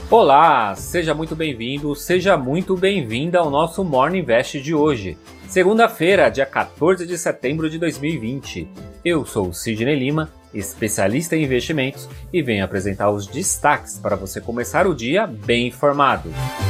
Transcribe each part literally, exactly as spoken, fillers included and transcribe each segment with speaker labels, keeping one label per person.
Speaker 1: Olá, seja muito bem-vindo, seja muito bem-vinda ao nosso Morning Invest de hoje, segunda-feira, dia quatorze de setembro de dois mil e vinte. Eu sou o Sidney Lima, especialista em investimentos, e venho apresentar os destaques para você começar o dia bem informado.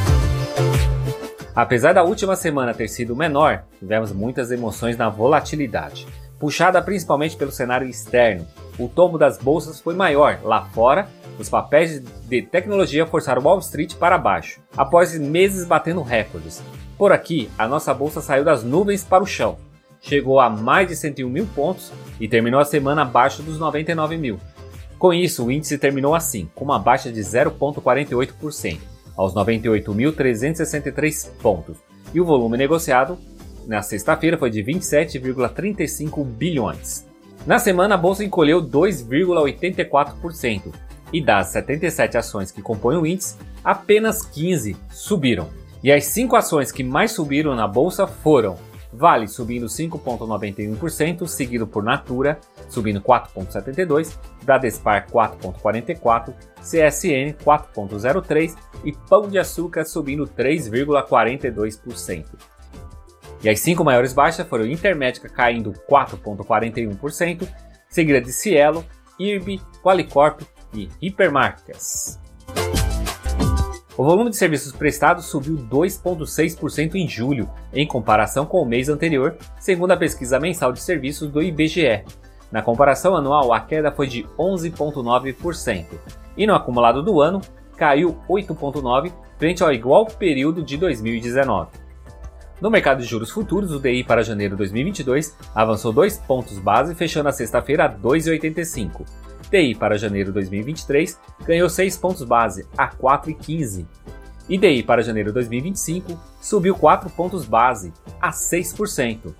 Speaker 1: Apesar da última semana ter sido menor, tivemos muitas emoções na volatilidade, puxada principalmente pelo cenário externo. O tombo das bolsas foi maior lá fora. Os papéis de tecnologia forçaram Wall Street para baixo, após meses batendo recordes. Por aqui, a nossa bolsa saiu das nuvens para o chão. Chegou a mais de cento e um mil pontos e terminou a semana abaixo dos noventa e nove mil. Com isso, o índice terminou assim, com uma baixa de zero vírgula quarenta e oito por cento, aos noventa e oito mil trezentos e sessenta e três pontos. E o volume negociado na sexta-feira foi de vinte e sete vírgula trinta e cinco bilhões. Na semana, a bolsa encolheu dois vírgula oitenta e quatro por cento. E das setenta e sete ações que compõem o índice, apenas quinze subiram. E as cinco ações que mais subiram na bolsa foram Vale subindo cinco vírgula noventa e um por cento, seguido por Natura subindo quatro vírgula setenta e dois por cento, Bradespar quatro vírgula quarenta e quatro por cento, C S N quatro vírgula zero três por cento e Pão de Açúcar subindo três vírgula quarenta e dois por cento. E as cinco maiores baixas foram Intermédica caindo quatro vírgula quarenta e um por cento, seguida de Cielo, I R B, Qualicorp e Hipermarcas. O volume de serviços prestados subiu dois vírgula seis por cento em julho, em comparação com o mês anterior, segundo a pesquisa mensal de serviços do I B G E. Na comparação anual, a queda foi de onze vírgula nove por cento, e no acumulado do ano, caiu oito vírgula nove por cento frente ao igual período de dois mil e dezenove. No mercado de juros futuros, o D I para janeiro de dois mil e vinte e dois avançou dois pontos base, fechando a sexta-feira a dois vírgula oitenta e cinco. D I para janeiro de dois mil e vinte e três ganhou seis pontos base, a quatro vírgula quinze. E D I para janeiro de dois mil e vinte e cinco subiu quatro pontos base, a seis por cento.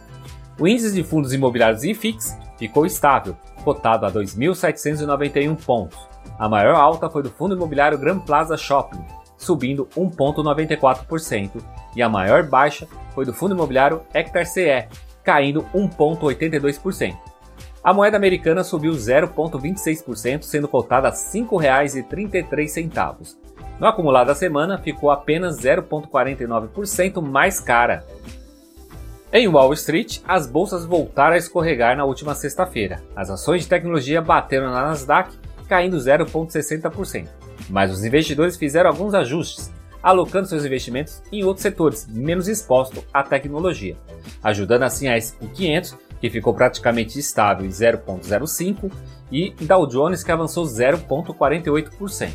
Speaker 1: O índice de fundos imobiliários I F I X ficou estável, cotado a dois mil setecentos e noventa e um pontos. A maior alta foi do fundo imobiliário Grand Plaza Shopping, subindo um vírgula noventa e quatro por cento, e a maior baixa foi do fundo imobiliário Hectare C E, caindo um vírgula oitenta e dois por cento. A moeda americana subiu zero vírgula vinte e seis por cento, sendo cotada a cinco reais e trinta e três centavos. No acumulado da semana, ficou apenas zero vírgula quarenta e nove por cento mais cara. Em Wall Street, as bolsas voltaram a escorregar na última sexta-feira. As ações de tecnologia bateram na Nasdaq, caindo zero vírgula sessenta por cento. Mas os investidores fizeram alguns ajustes, alocando seus investimentos em outros setores menos expostos à tecnologia, ajudando assim a S e P quinhentos, que ficou praticamente estável em zero vírgula zero cinco por cento, e Dow Jones, que avançou zero vírgula quarenta e oito por cento.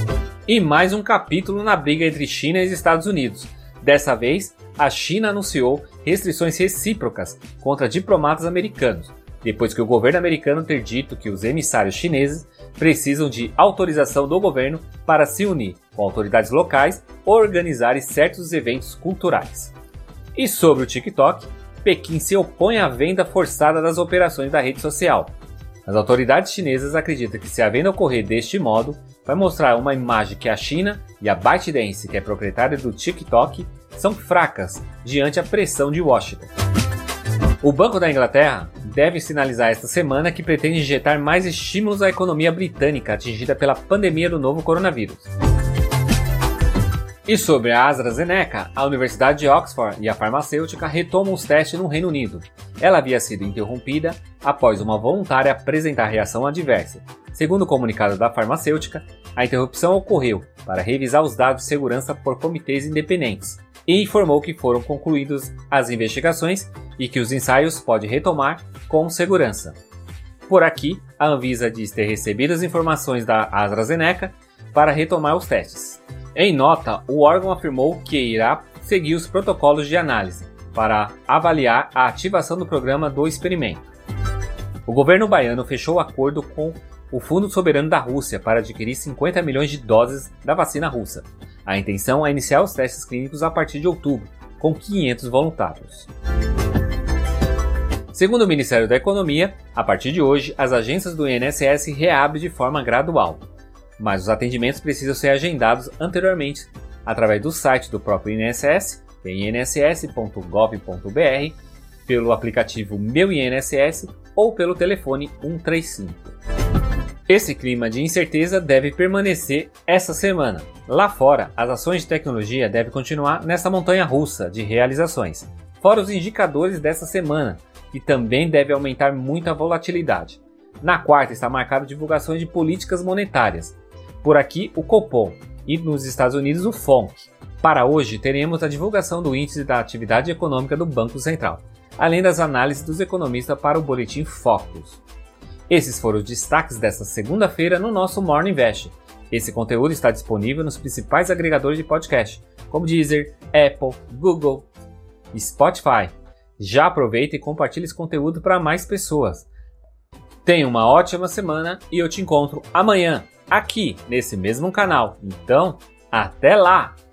Speaker 1: E mais um capítulo na briga entre China e Estados Unidos. Dessa vez, a China anunciou restrições recíprocas contra diplomatas americanos, depois que o governo americano ter dito que os emissários chineses precisam de autorização do governo para se unir com autoridades locais ou organizarem certos eventos culturais. E sobre o TikTok, Pequim se opõe à venda forçada das operações da rede social. As autoridades chinesas acreditam que se a venda ocorrer deste modo, vai mostrar uma imagem que a China e a ByteDance, que é proprietária do TikTok, são fracas diante a pressão de Washington. O Banco da Inglaterra deve sinalizar esta semana que pretende injetar mais estímulos à economia britânica atingida pela pandemia do novo coronavírus. E sobre a AstraZeneca, a Universidade de Oxford e a farmacêutica retomam os testes no Reino Unido. Ela havia sido interrompida após uma voluntária apresentar reação adversa. Segundo o comunicado da farmacêutica, a interrupção ocorreu para revisar os dados de segurança por comitês independentes e informou que foram concluídas as investigações e que os ensaios podem retomar com segurança. Por aqui, a Anvisa diz ter recebido as informações da AstraZeneca para retomar os testes. Em nota, o órgão afirmou que irá seguir os protocolos de análise para avaliar a ativação do programa do experimento. O governo baiano fechou o acordo com o Fundo Soberano da Rússia para adquirir cinquenta milhões de doses da vacina russa. A intenção é iniciar os testes clínicos a partir de outubro, com quinhentos voluntários. Segundo o Ministério da Economia, a partir de hoje, as agências do I N S S reabrem de forma gradual, mas os atendimentos precisam ser agendados anteriormente através do site do próprio I N S S, que é i n s s ponto gov ponto b r, pelo aplicativo Meu I N S S ou pelo telefone cento e trinta e cinco. Esse clima de incerteza deve permanecer essa semana. Lá fora, as ações de tecnologia devem continuar nessa montanha-russa de realizações, fora os indicadores dessa semana, que também deve aumentar muito a volatilidade. Na quarta está marcado divulgações de políticas monetárias. Por aqui, o Copom e nos Estados Unidos o F O N C. Para hoje, teremos a divulgação do índice da atividade econômica do Banco Central, além das análises dos economistas para o boletim Focus. Esses foram os destaques desta segunda-feira no nosso Morning Invest. Esse conteúdo está disponível nos principais agregadores de podcast, como Deezer, Apple, Google e Spotify. Já aproveita e compartilhe esse conteúdo para mais pessoas. Tenha uma ótima semana e eu te encontro amanhã, aqui nesse mesmo canal. Então, até lá!